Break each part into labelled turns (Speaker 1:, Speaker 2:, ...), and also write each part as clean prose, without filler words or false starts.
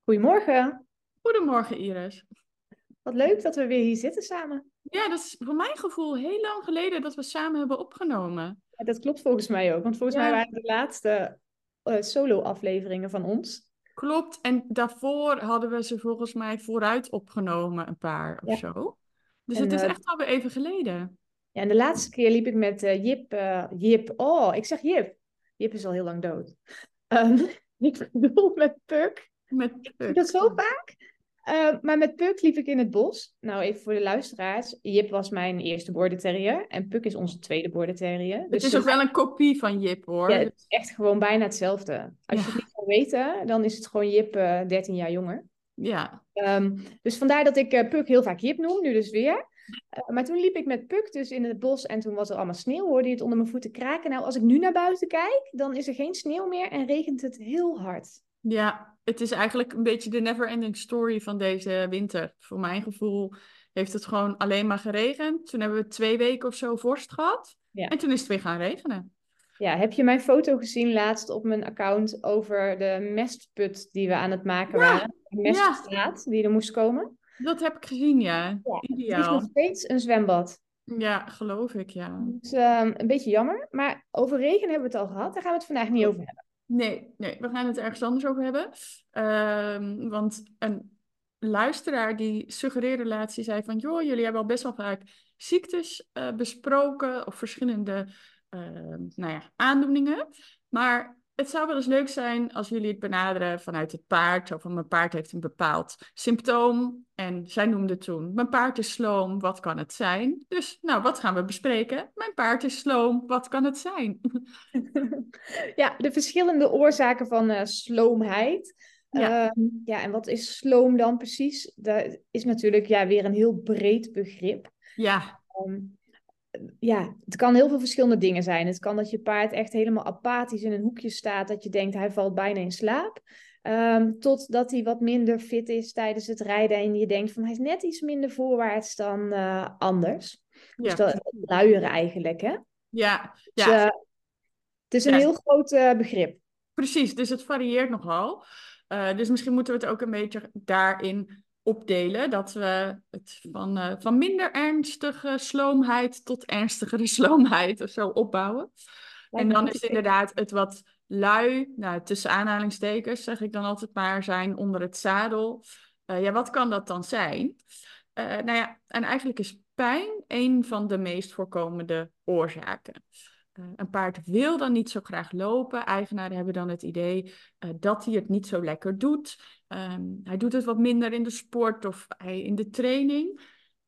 Speaker 1: Goedemorgen.
Speaker 2: Goedemorgen, Iris.
Speaker 1: Wat leuk dat we weer hier zitten samen.
Speaker 2: Ja, dat is voor mijn gevoel heel lang geleden dat we samen hebben opgenomen.
Speaker 1: Ja, dat klopt volgens mij ook, want volgens mij
Speaker 2: Ja,
Speaker 1: waren de laatste solo-afleveringen van ons.
Speaker 2: klopt. En daarvoor hadden we ze volgens mij vooruit opgenomen, een paar of
Speaker 1: Ja.
Speaker 2: zo. Dus
Speaker 1: En,
Speaker 2: het is
Speaker 1: eh,
Speaker 2: echt alweer even geleden.
Speaker 1: ja, en de laatste keer liep ik met Jip. Jip, oh, ik zeg Jip. Jip is al heel lang dood. Ehm, ik bedoel met Puk.
Speaker 2: Met
Speaker 1: Ik doe dat
Speaker 2: Puk.
Speaker 1: zo vaak. Maar met Puk liep ik in het bos. Nou, even voor de luisteraars. Jip was mijn eerste border terrier. En Puk is onze tweede border terrier.
Speaker 2: Het
Speaker 1: Dus
Speaker 2: is ook wel een kopie van Jip,
Speaker 1: ja,
Speaker 2: hoor.
Speaker 1: het is echt gewoon bijna hetzelfde. Als je het
Speaker 2: Ja,
Speaker 1: niet wil weten, dan is het gewoon Jip 13 jaar jonger.
Speaker 2: ja.
Speaker 1: Dus vandaar dat ik Puk heel vaak Jip noem, nu dus weer. Maar toen liep ik met Puk dus in het bos en toen was er allemaal sneeuw, hoorde je het onder mijn voeten kraken. Nou, als ik nu naar buiten kijk, dan is er geen sneeuw meer en regent het heel hard.
Speaker 2: Ja, het is eigenlijk een beetje de never-ending story van deze winter. Voor mijn gevoel heeft het gewoon alleen maar geregend. Toen hebben we 2 weken of zo vorst gehad.
Speaker 1: Ja.
Speaker 2: En toen is het weer gaan regenen.
Speaker 1: Ja, heb je mijn foto gezien laatst op mijn account over de mestput die we aan het maken
Speaker 2: Ja,
Speaker 1: waren? De
Speaker 2: ja,
Speaker 1: meststraat die er moest komen?
Speaker 2: dat heb ik gezien, ja.
Speaker 1: Ja. Het is nog
Speaker 2: Ideaal.
Speaker 1: steeds een zwembad.
Speaker 2: Ja, geloof ik, ja.
Speaker 1: Dus een beetje jammer. Maar over regen hebben we het al gehad. Daar gaan we het vandaag niet over hebben.
Speaker 2: Nee, nee, we gaan het ergens anders over hebben. Want een luisteraar die suggereerde laatst, die zei van... joh, jullie hebben al best wel vaak ziektes besproken... of verschillende nou ja, aandoeningen. Maar het zou wel eens leuk zijn als jullie het benaderen vanuit het paard. Zo van, mijn paard heeft een bepaald symptoom. En zij noemde toen, mijn paard is sloom, wat kan het zijn? Dus, nou, wat gaan we bespreken? Mijn paard is sloom, wat kan het zijn?
Speaker 1: Ja, de verschillende oorzaken van sloomheid.
Speaker 2: Ja.
Speaker 1: Ja, en wat is sloom dan precies? Dat is natuurlijk ja, weer een heel breed begrip.
Speaker 2: Ja,
Speaker 1: Ehm, ja, het kan heel veel verschillende dingen zijn. Het kan dat je paard echt helemaal apathisch in een hoekje staat, dat je denkt hij valt bijna in slaap. Totdat hij wat minder fit is tijdens het rijden en je denkt van hij is net iets minder voorwaarts dan anders. Dus
Speaker 2: ja,
Speaker 1: dat luieren eigenlijk, hè?
Speaker 2: ja,
Speaker 1: Dus,
Speaker 2: ja,
Speaker 1: het is een
Speaker 2: ja,
Speaker 1: heel groot begrip.
Speaker 2: precies. Dus het varieert nogal. Dus misschien moeten we het ook een beetje daarin opdelen. Dat we het van minder ernstige sloomheid tot ernstigere sloomheid of zo opbouwen. En
Speaker 1: Lijkt me een
Speaker 2: dan
Speaker 1: goed
Speaker 2: is
Speaker 1: idee.
Speaker 2: inderdaad het wat lui, nou, tussen aanhalingstekens zeg ik dan altijd maar, zijn onder het zadel. Ja, wat kan dat dan zijn? Nou ja, en eigenlijk is pijn een van de meest voorkomende oorzaken. Een paard wil dan niet zo graag lopen. Eigenaren hebben dan het idee dat hij het niet zo lekker doet. Hij doet het wat minder in de sport of in de training.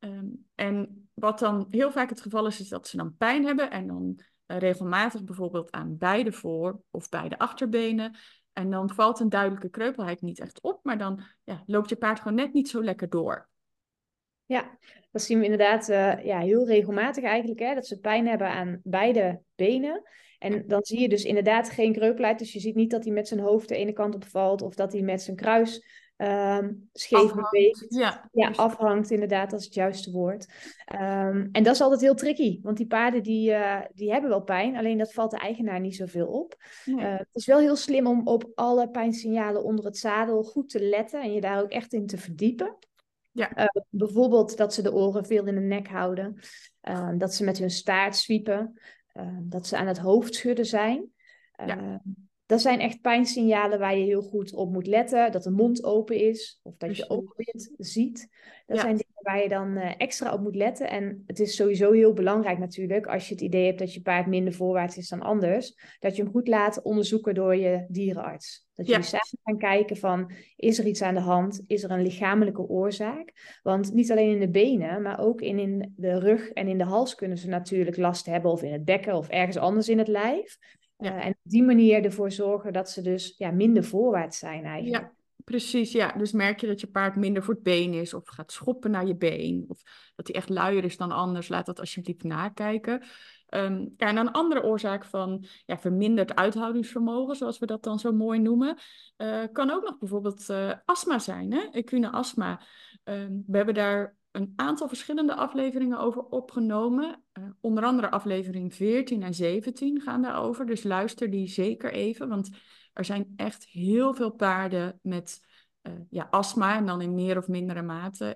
Speaker 2: En wat dan heel vaak het geval is dat ze dan pijn hebben en dan regelmatig bijvoorbeeld aan beide voor- of beide achterbenen. En dan valt een duidelijke kreupelheid niet echt op, maar dan ja, loopt je paard gewoon net niet zo lekker door.
Speaker 1: Ja, dat zien we inderdaad ja, heel regelmatig eigenlijk, hè, dat ze pijn hebben aan beide benen. En dan zie je dus inderdaad geen kreupelheid. Dus je ziet niet dat hij met zijn hoofd de ene kant op valt of dat hij met zijn kruis scheef
Speaker 2: Afhangt.
Speaker 1: beweegt.
Speaker 2: Ja,
Speaker 1: Ja,
Speaker 2: precies.
Speaker 1: afhangt inderdaad, dat is het juiste woord. En dat is altijd heel tricky, want die paarden die hebben wel pijn, alleen dat valt de eigenaar niet zoveel op.
Speaker 2: Nee.
Speaker 1: Het is wel heel slim om op alle pijnsignalen onder het zadel goed te letten en je daar ook echt in te verdiepen.
Speaker 2: Ja,
Speaker 1: Bijvoorbeeld dat ze de oren veel in de nek houden, dat ze met hun staart zwiepen, dat ze aan het hoofd schudden zijn.
Speaker 2: ja,
Speaker 1: Uh, dat zijn echt pijnsignalen waar je heel goed op moet letten. Dat de mond open is of dat je
Speaker 2: precies.
Speaker 1: oogwit ziet. Dat
Speaker 2: Ja,
Speaker 1: zijn dingen waar je dan extra op moet letten. En het is sowieso heel belangrijk natuurlijk als je het idee hebt dat je paard minder voorwaarts is dan anders. Dat je hem goed laat onderzoeken door je dierenarts. Dat jullie
Speaker 2: ja,
Speaker 1: samen gaan kijken van, is er iets aan de hand? Is er een lichamelijke oorzaak? Want niet alleen in de benen, maar ook in de rug en in de hals kunnen ze natuurlijk last hebben. Of in het bekken of ergens anders in het lijf.
Speaker 2: ja.
Speaker 1: En op die manier ervoor zorgen dat ze dus ja, minder voorwaarts zijn eigenlijk.
Speaker 2: Ja, precies. Ja, dus merk je dat je paard minder voor het been is of gaat schoppen naar je been of dat hij echt luier is dan anders, laat dat alsjeblieft nakijken. Ja, en een andere oorzaak van ja, verminderd uithoudingsvermogen, zoals we dat dan zo mooi noemen, kan ook nog bijvoorbeeld astma zijn, hè? Ecune astma. We hebben daar een aantal verschillende afleveringen over opgenomen. Onder andere aflevering 14 en 17 gaan daarover. Dus luister die zeker even, want er zijn echt heel veel paarden met astma en dan in meer of mindere mate.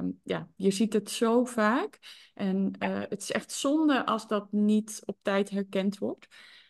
Speaker 2: Je ziet het zo vaak. En het is echt zonde als dat niet op tijd herkend wordt.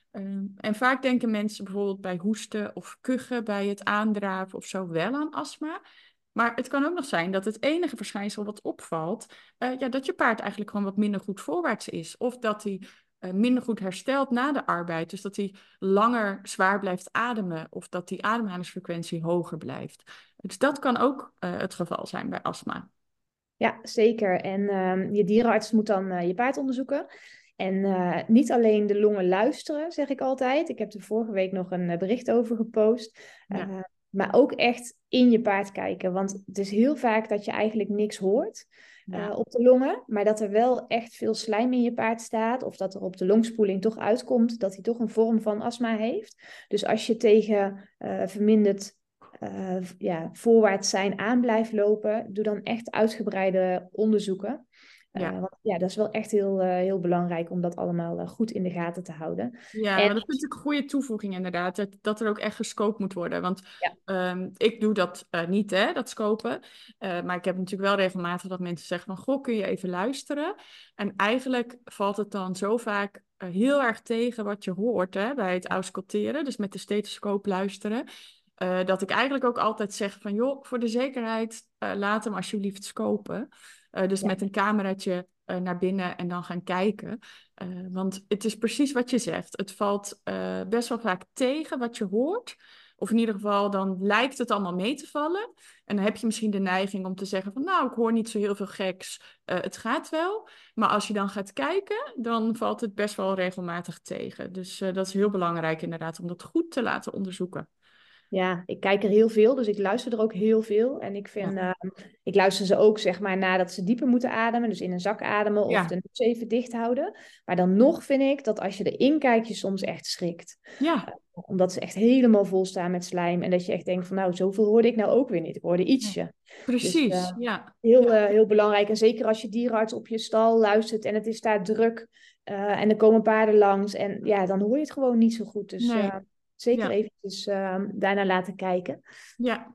Speaker 2: En vaak denken mensen bijvoorbeeld bij hoesten of kuchen, bij het aandraven of zo wel aan astma. Maar het kan ook nog zijn dat het enige verschijnsel wat opvalt, dat je paard eigenlijk gewoon wat minder goed voorwaarts is. Of dat hij minder goed herstelt na de arbeid. Dus dat hij langer zwaar blijft ademen of dat die ademhalingsfrequentie hoger blijft. Dus dat kan ook het geval zijn bij astma.
Speaker 1: Ja, zeker. En je dierenarts moet dan je paard onderzoeken. En niet alleen de longen luisteren, zeg ik altijd. Ik heb er vorige week nog een bericht over gepost.
Speaker 2: Ja,
Speaker 1: Maar ook echt in je paard kijken. Want het is heel vaak dat je eigenlijk niks hoort
Speaker 2: ja,
Speaker 1: op de longen. Maar dat er wel echt veel slijm in je paard staat. Of dat er op de longspoeling toch uitkomt dat hij toch een vorm van astma heeft. Dus als je tegen verminderd voorwaarts zijn aan blijft lopen, doe dan echt uitgebreide onderzoeken.
Speaker 2: ja.
Speaker 1: Want ja, dat is wel echt heel belangrijk om dat allemaal goed in de gaten te houden.
Speaker 2: Ja,
Speaker 1: En
Speaker 2: maar dat vind ik een goede toevoeging inderdaad. Dat er ook echt gescoopt moet worden. Want
Speaker 1: ja,
Speaker 2: ik doe dat niet, hè, dat scopen. Maar ik heb natuurlijk wel regelmatig dat mensen zeggen van... Goh, kun je even luisteren? En eigenlijk valt het dan zo vaak heel erg tegen wat je hoort, hè, bij het ausculteren. Dus met de stethoscoop luisteren. Dat ik eigenlijk ook altijd zeg van... joh, voor de zekerheid, laat hem alsjeblieft scopen. Dus
Speaker 1: ja,
Speaker 2: met een cameraatje naar binnen en dan gaan kijken. Want het is precies wat je zegt. Het valt best wel vaak tegen wat je hoort. Of in ieder geval, dan lijkt het allemaal mee te vallen. En dan heb je misschien de neiging om te zeggen van... nou, ik hoor niet zo heel veel geks. Het gaat wel. Maar als je dan gaat kijken, dan valt het best wel regelmatig tegen. Dus dat is heel belangrijk inderdaad, om dat goed te laten onderzoeken.
Speaker 1: ja, ik kijk er heel veel, dus ik luister er ook heel veel. En ik
Speaker 2: Ja,
Speaker 1: vind, ik luister ze ook zeg maar nadat ze dieper moeten ademen, dus in een zak ademen of de
Speaker 2: ja,
Speaker 1: neus even dicht houden. Maar dan nog vind ik dat als je erin kijkt, je soms echt schrikt.
Speaker 2: ja,
Speaker 1: Omdat ze echt helemaal vol staan met slijm. En dat je echt denkt van nou, zoveel hoorde ik nou ook weer niet. Ik hoorde
Speaker 2: ja.
Speaker 1: ietsje. Dus
Speaker 2: Precies. Ja,
Speaker 1: heel belangrijk. En zeker als je dierenarts op je stal luistert en het is daar druk. En er komen paarden langs. En ja, dan hoor je het gewoon niet zo goed. Dus
Speaker 2: nee,
Speaker 1: zeker
Speaker 2: ja,
Speaker 1: eventjes daarna laten kijken.
Speaker 2: ja,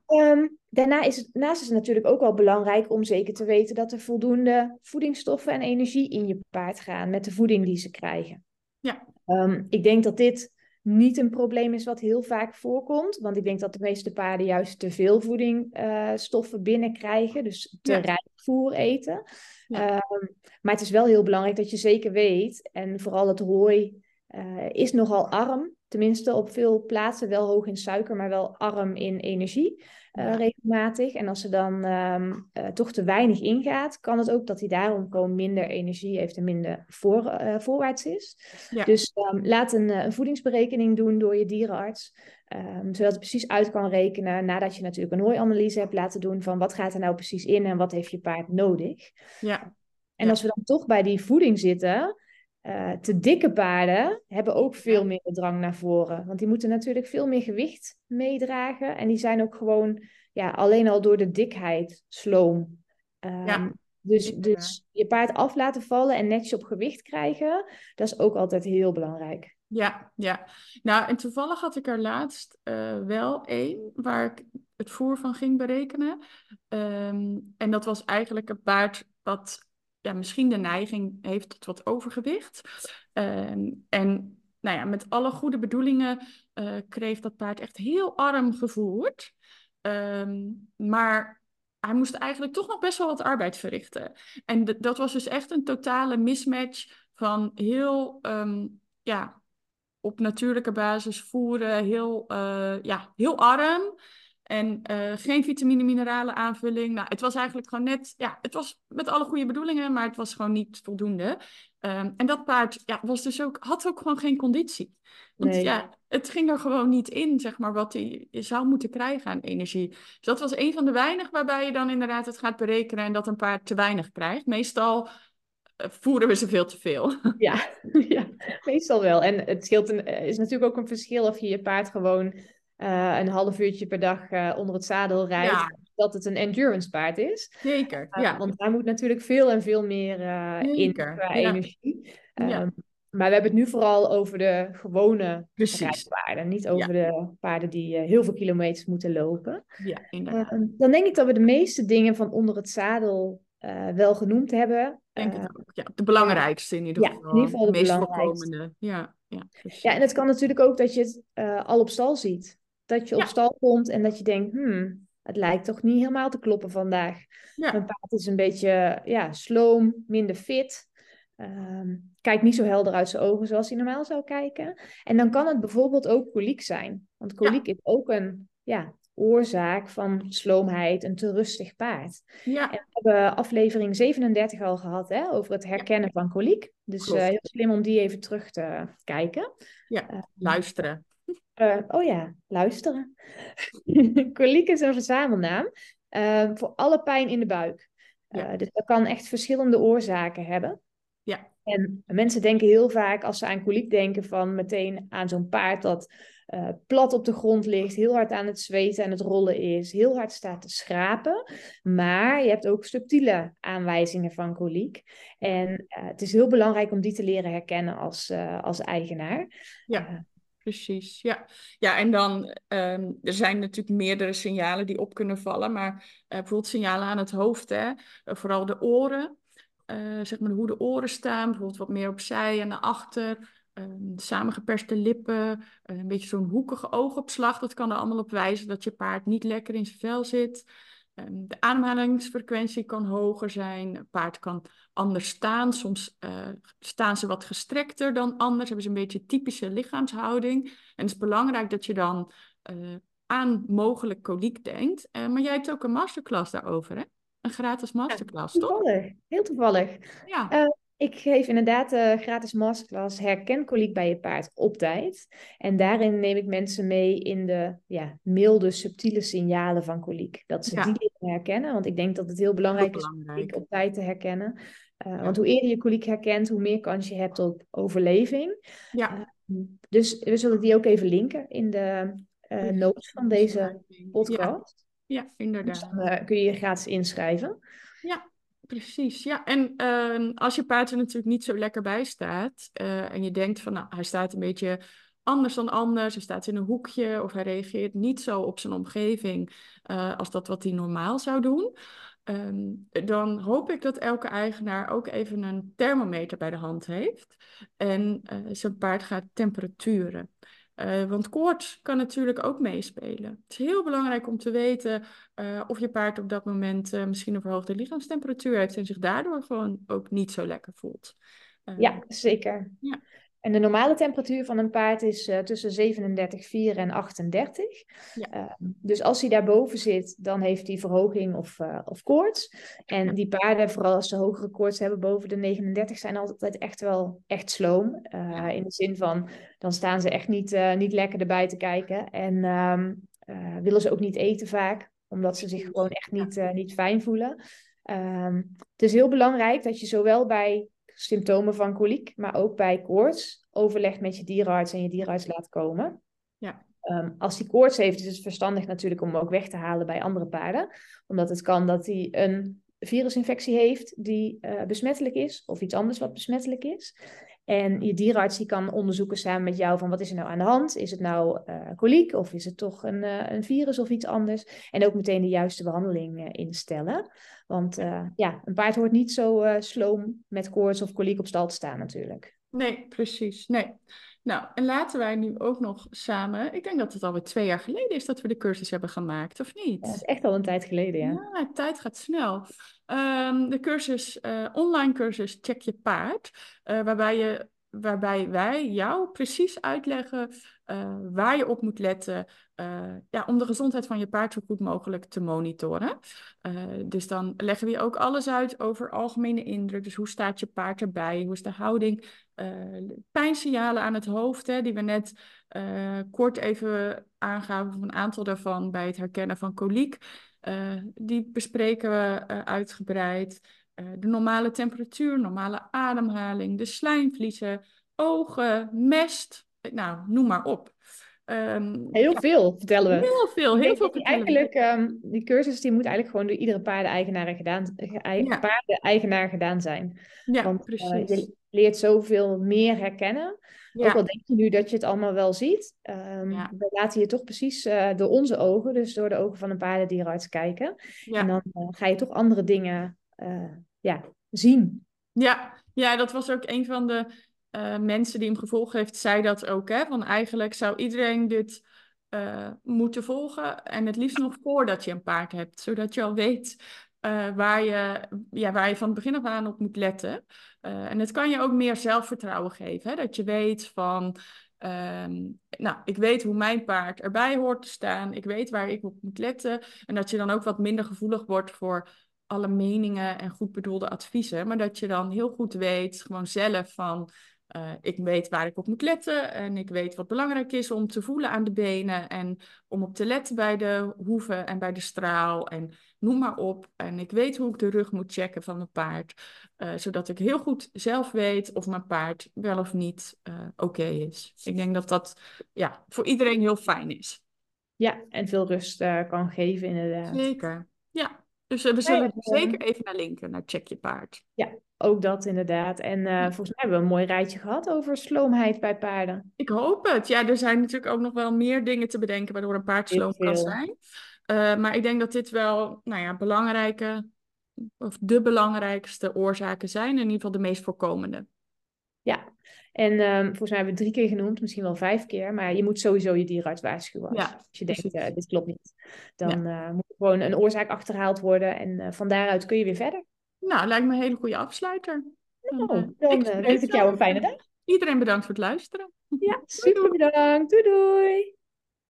Speaker 1: Daarnaast is het natuurlijk ook wel belangrijk om zeker te weten dat er voldoende voedingsstoffen en energie in je paard gaan met de voeding die ze krijgen.
Speaker 2: ja,
Speaker 1: Ik denk dat dit niet een probleem is wat heel vaak voorkomt. Want ik denk dat de meeste paarden juist te veel voedingsstoffen binnenkrijgen. Dus te
Speaker 2: ja,
Speaker 1: rijk voer eten.
Speaker 2: ja,
Speaker 1: Maar het is wel heel belangrijk dat je zeker weet. En vooral het hooi is nogal arm. Tenminste op veel plaatsen wel hoog in suiker, maar wel arm in energie.
Speaker 2: ja,
Speaker 1: Regelmatig. En als er dan toch te weinig ingaat, kan het ook dat hij daarom gewoon minder energie heeft en minder voorwaarts is.
Speaker 2: ja,
Speaker 1: Dus laat een voedingsberekening doen door je dierenarts. Zodat het precies uit kan rekenen nadat je natuurlijk een hooianalyse hebt laten doen van wat gaat er nou precies in en wat heeft je paard nodig.
Speaker 2: ja,
Speaker 1: En als we dan toch bij die voeding zitten, te dikke paarden hebben ook veel
Speaker 2: ja,
Speaker 1: meer drang naar voren. Want die moeten natuurlijk veel meer gewicht meedragen. En die zijn ook gewoon alleen al door de dikheid sloom.
Speaker 2: ja, inderdaad.
Speaker 1: Dus je paard af laten vallen en netjes op gewicht krijgen, dat is ook altijd heel belangrijk.
Speaker 2: Ja, ja. Nou, en toevallig had ik er laatst wel één waar ik het voer van ging berekenen. En dat was eigenlijk een paard wat misschien de neiging heeft tot wat overgewicht. En nou ja, met alle goede bedoelingen kreeg dat paard echt heel arm gevoerd. Maar hij moest eigenlijk toch nog best wel wat arbeid verrichten. En dat was dus echt een totale mismatch van heel... ja, op natuurlijke basis voeren, heel arm. En geen vitamine, mineralen aanvulling. Nou, het was eigenlijk gewoon net, het was met alle goede bedoelingen, maar het was gewoon niet voldoende. En dat paard was dus ook, had ook gewoon geen conditie. Want
Speaker 1: Nee.
Speaker 2: het ging er gewoon niet in, zeg maar, wat hij zou moeten krijgen aan energie. Dus dat was een van de weinig waarbij je dan inderdaad het gaat berekenen en dat een paard te weinig krijgt. Meestal voeren we ze veel te veel.
Speaker 1: Ja, ja, meestal wel. En het scheelt is natuurlijk ook een verschil of je je paard gewoon een half uurtje per dag onder het zadel rijdt,
Speaker 2: Ja,
Speaker 1: dat het een endurance paard is.
Speaker 2: zeker. Ja,
Speaker 1: Want daar moet natuurlijk veel en veel meer in
Speaker 2: zeker.
Speaker 1: qua
Speaker 2: Ja,
Speaker 1: energie.
Speaker 2: ja,
Speaker 1: Maar we hebben het nu vooral over de gewone
Speaker 2: Precies.
Speaker 1: rijpaarden. Niet
Speaker 2: Ja,
Speaker 1: over de paarden die heel veel kilometers moeten lopen.
Speaker 2: ja, inderdaad.
Speaker 1: Dan denk ik dat we de meeste dingen van onder het zadel wel genoemd hebben.
Speaker 2: Denk het ook. Ja, de
Speaker 1: En
Speaker 2: belangrijkste in ieder
Speaker 1: ja, in ieder
Speaker 2: geval.
Speaker 1: geval
Speaker 2: De
Speaker 1: de
Speaker 2: meest
Speaker 1: belangrijkste.
Speaker 2: voorkomende. Ja, ja,
Speaker 1: Ja, en
Speaker 2: precies.
Speaker 1: het kan natuurlijk ook dat je het al op stal ziet. Dat je op
Speaker 2: Ja,
Speaker 1: stal komt en dat je denkt, het lijkt toch niet helemaal te kloppen vandaag. Mijn
Speaker 2: ja,
Speaker 1: paard is een beetje sloom, minder fit. Kijkt niet zo helder uit zijn ogen zoals hij normaal zou kijken. En dan kan het bijvoorbeeld ook koliek zijn. Want
Speaker 2: ja,
Speaker 1: koliek is ook een oorzaak van sloomheid, een te rustig paard. En
Speaker 2: ja,
Speaker 1: we hebben aflevering 37 al gehad, hè, over het
Speaker 2: ja,
Speaker 1: herkennen van koliek. Dus
Speaker 2: klopt.
Speaker 1: heel slim om die even terug te kijken.
Speaker 2: Ja,
Speaker 1: Uh,
Speaker 2: luisteren.
Speaker 1: oh ja, luisteren. Koliek is een verzamelnaam voor alle pijn in de buik.
Speaker 2: Ja,
Speaker 1: Dus dat kan echt verschillende oorzaken hebben.
Speaker 2: ja,
Speaker 1: En mensen denken heel vaak, als ze aan koliek denken, van meteen aan zo'n paard dat plat op de grond ligt, heel hard aan het zweten en het rollen is, heel hard staat te schrapen. Maar je hebt ook subtiele aanwijzingen van koliek.
Speaker 2: ja,
Speaker 1: En het is heel belangrijk om die te leren herkennen als eigenaar.
Speaker 2: ja.
Speaker 1: Uh,
Speaker 2: Precies, ja. Ja, en dan, er zijn natuurlijk meerdere signalen die op kunnen vallen, maar bijvoorbeeld signalen aan het hoofd, hè. Vooral de oren, zeg maar hoe de oren staan, bijvoorbeeld wat meer opzij en naar achter, samengeperste lippen, een beetje zo'n hoekige oogopslag, dat kan er allemaal op wijzen dat je paard niet lekker in zijn vel zit. De ademhalingsfrequentie kan hoger zijn, een paard kan anders staan. Soms staan ze wat gestrekter dan anders, hebben ze een beetje typische lichaamshouding. En het is belangrijk dat je dan aan mogelijk koliek denkt. Maar jij hebt ook een masterclass daarover, hè? Een gratis
Speaker 1: Ja,
Speaker 2: masterclass, toch?
Speaker 1: toevallig, heel toevallig.
Speaker 2: Ja,
Speaker 1: Eh, ik geef inderdaad de gratis masterclass Herken koliek bij je paard op tijd. En daarin neem ik mensen mee in de milde, subtiele signalen van koliek. Dat ze die
Speaker 2: ja,
Speaker 1: leren herkennen, want ik denk dat het heel
Speaker 2: heel
Speaker 1: belangrijk is om koliek
Speaker 2: belangrijk.
Speaker 1: op tijd te herkennen.
Speaker 2: Ja,
Speaker 1: Want hoe eerder je koliek herkent, hoe meer kans je hebt op overleving.
Speaker 2: ja.
Speaker 1: Eh, dus we zullen die ook even linken in de
Speaker 2: Precies,
Speaker 1: notes
Speaker 2: in de
Speaker 1: van deze
Speaker 2: beschrijving. Ja,
Speaker 1: podcast.
Speaker 2: ja,
Speaker 1: Dus
Speaker 2: inderdaad.
Speaker 1: dan kun je je gratis inschrijven.
Speaker 2: Ja, precies. Ja, en als je paard er natuurlijk niet zo lekker bij staat en je denkt van, nou, hij staat een beetje anders dan anders, hij staat in een hoekje of hij reageert niet zo op zijn omgeving als dat wat hij normaal zou doen, dan hoop ik dat elke eigenaar ook even een thermometer bij de hand heeft en zijn paard gaat temperaturen. Want koorts kan natuurlijk ook meespelen. Het is heel belangrijk om te weten of je paard op dat moment misschien een verhoogde lichaamstemperatuur heeft en zich daardoor gewoon ook niet zo lekker voelt.
Speaker 1: Ja, zeker.
Speaker 2: Ja,
Speaker 1: En de normale temperatuur van een paard is tussen 37,4 en 38.
Speaker 2: ja,
Speaker 1: Dus als hij daarboven zit, dan heeft hij verhoging of koorts.
Speaker 2: ja,
Speaker 1: En die paarden, vooral als ze hogere koorts hebben boven de 39, zijn altijd echt wel echt sloom.
Speaker 2: ja,
Speaker 1: In de zin van, dan staan ze echt niet lekker erbij te kijken. En willen ze ook niet eten vaak, omdat ze zich gewoon
Speaker 2: precies.
Speaker 1: echt
Speaker 2: Ja,
Speaker 1: niet fijn voelen. Het is heel belangrijk dat je zowel bij symptomen van koliek, maar ook bij koorts overlegt met je dierenarts en je dierenarts laat komen.
Speaker 2: ja,
Speaker 1: Als die koorts heeft, is het verstandig natuurlijk om hem ook weg te halen bij andere paarden. Omdat het kan dat hij een virusinfectie heeft die besmettelijk is, of iets anders wat besmettelijk is. En je dierenarts die kan onderzoeken samen met jou van wat is er nou aan de hand? Is het nou koliek of is het toch een virus of iets anders? En ook meteen de juiste behandeling instellen. Want een paard hoort niet zo sloom met koorts of koliek op stal te staan natuurlijk.
Speaker 2: nee, precies. Nee. Nou, en laten wij nu ook nog samen, ik denk dat het alweer 2 jaar geleden is dat we de cursus hebben gemaakt, of
Speaker 1: Ja, dat is
Speaker 2: niet?
Speaker 1: echt al een tijd geleden, ja.
Speaker 2: Ja, de tijd gaat snel. De cursus, online cursus Check je paard, waarbij wij jou precies uitleggen waar je op moet letten ja, om de gezondheid van je paard zo goed mogelijk te monitoren. Dus dan leggen we je ook alles uit over algemene indruk. Dus hoe staat je paard erbij? Hoe is de houding? Pijnsignalen aan het hoofd, hè, die we net kort even aangaven, een aantal daarvan bij het herkennen van koliek. Die bespreken we uitgebreid. De normale temperatuur, normale ademhaling, de slijmvliezen, ogen, mest. Nou, noem maar op.
Speaker 1: Heel
Speaker 2: Ja,
Speaker 1: veel vertellen we. Ik
Speaker 2: heel
Speaker 1: denk
Speaker 2: veel
Speaker 1: dat die
Speaker 2: vertellen we.
Speaker 1: eigenlijk, die cursus die moet eigenlijk gewoon door iedere
Speaker 2: Ja,
Speaker 1: paardeneigenaar gedaan zijn.
Speaker 2: ja,
Speaker 1: Want
Speaker 2: precies.
Speaker 1: leert zoveel meer herkennen. Ook al
Speaker 2: Ja,
Speaker 1: denk je nu dat je het allemaal wel ziet.
Speaker 2: ja,
Speaker 1: We laten je toch precies door onze ogen, dus door de ogen van een paardendierenarts kijken. En
Speaker 2: ja.
Speaker 1: dan ga je toch andere dingen ja, zien.
Speaker 2: Ja, ja, dat was ook een van de mensen die hem gevolgd heeft, zei dat ook. Hè? Van eigenlijk zou iedereen dit moeten volgen. En het liefst nog voordat je een paard hebt. Zodat je al weet waar je van het begin af aan op moet letten. En het kan je ook meer zelfvertrouwen geven. Hè? Dat je weet van, nou, ik weet hoe mijn paard erbij hoort te staan. Ik weet waar ik op moet letten. En dat je dan ook wat minder gevoelig wordt voor alle meningen en goed bedoelde adviezen, maar dat je dan heel goed weet, gewoon zelf van, ik weet waar ik op moet letten en ik weet wat belangrijk is om te voelen aan de benen en om op te letten bij de hoeven en bij de straal en noem maar op. En ik weet hoe ik de rug moet checken van mijn paard, zodat ik heel goed zelf weet of mijn paard wel of niet oké is. Ik denk dat dat ja, voor iedereen heel fijn is.
Speaker 1: Ja, en veel rust kan geven inderdaad.
Speaker 2: Zeker. Ja, dus we
Speaker 1: Nee,
Speaker 2: zullen zeker even naar linken, naar Check Je Paard.
Speaker 1: ja, ook dat inderdaad. En volgens mij hebben we een mooi rijtje gehad over sloomheid bij paarden.
Speaker 2: Ik hoop het. Ja, er zijn natuurlijk ook nog wel meer dingen te bedenken waardoor een paard
Speaker 1: Heel
Speaker 2: sloom kan
Speaker 1: veel.
Speaker 2: zijn. Maar ik denk dat dit wel, nou ja, belangrijke of de belangrijkste oorzaken zijn. In ieder geval de meest voorkomende.
Speaker 1: Ja, en volgens mij hebben we 3 keer genoemd, misschien wel 5 keer. Maar je moet sowieso je dierenarts waarschuwen als
Speaker 2: Ja,
Speaker 1: je denkt,
Speaker 2: precies.
Speaker 1: dit klopt niet. Dan
Speaker 2: Ja.
Speaker 1: moet er gewoon een oorzaak achterhaald worden. En van daaruit kun je weer verder.
Speaker 2: Nou, lijkt me een hele goede afsluiter. Dan,
Speaker 1: Nou,
Speaker 2: ik
Speaker 1: dan wens
Speaker 2: spreek
Speaker 1: ik jou een
Speaker 2: jou.
Speaker 1: fijne dag.
Speaker 2: Iedereen bedankt voor het luisteren.
Speaker 1: Ja,
Speaker 2: Doei
Speaker 1: super
Speaker 2: doei.
Speaker 1: bedankt. Doei doei.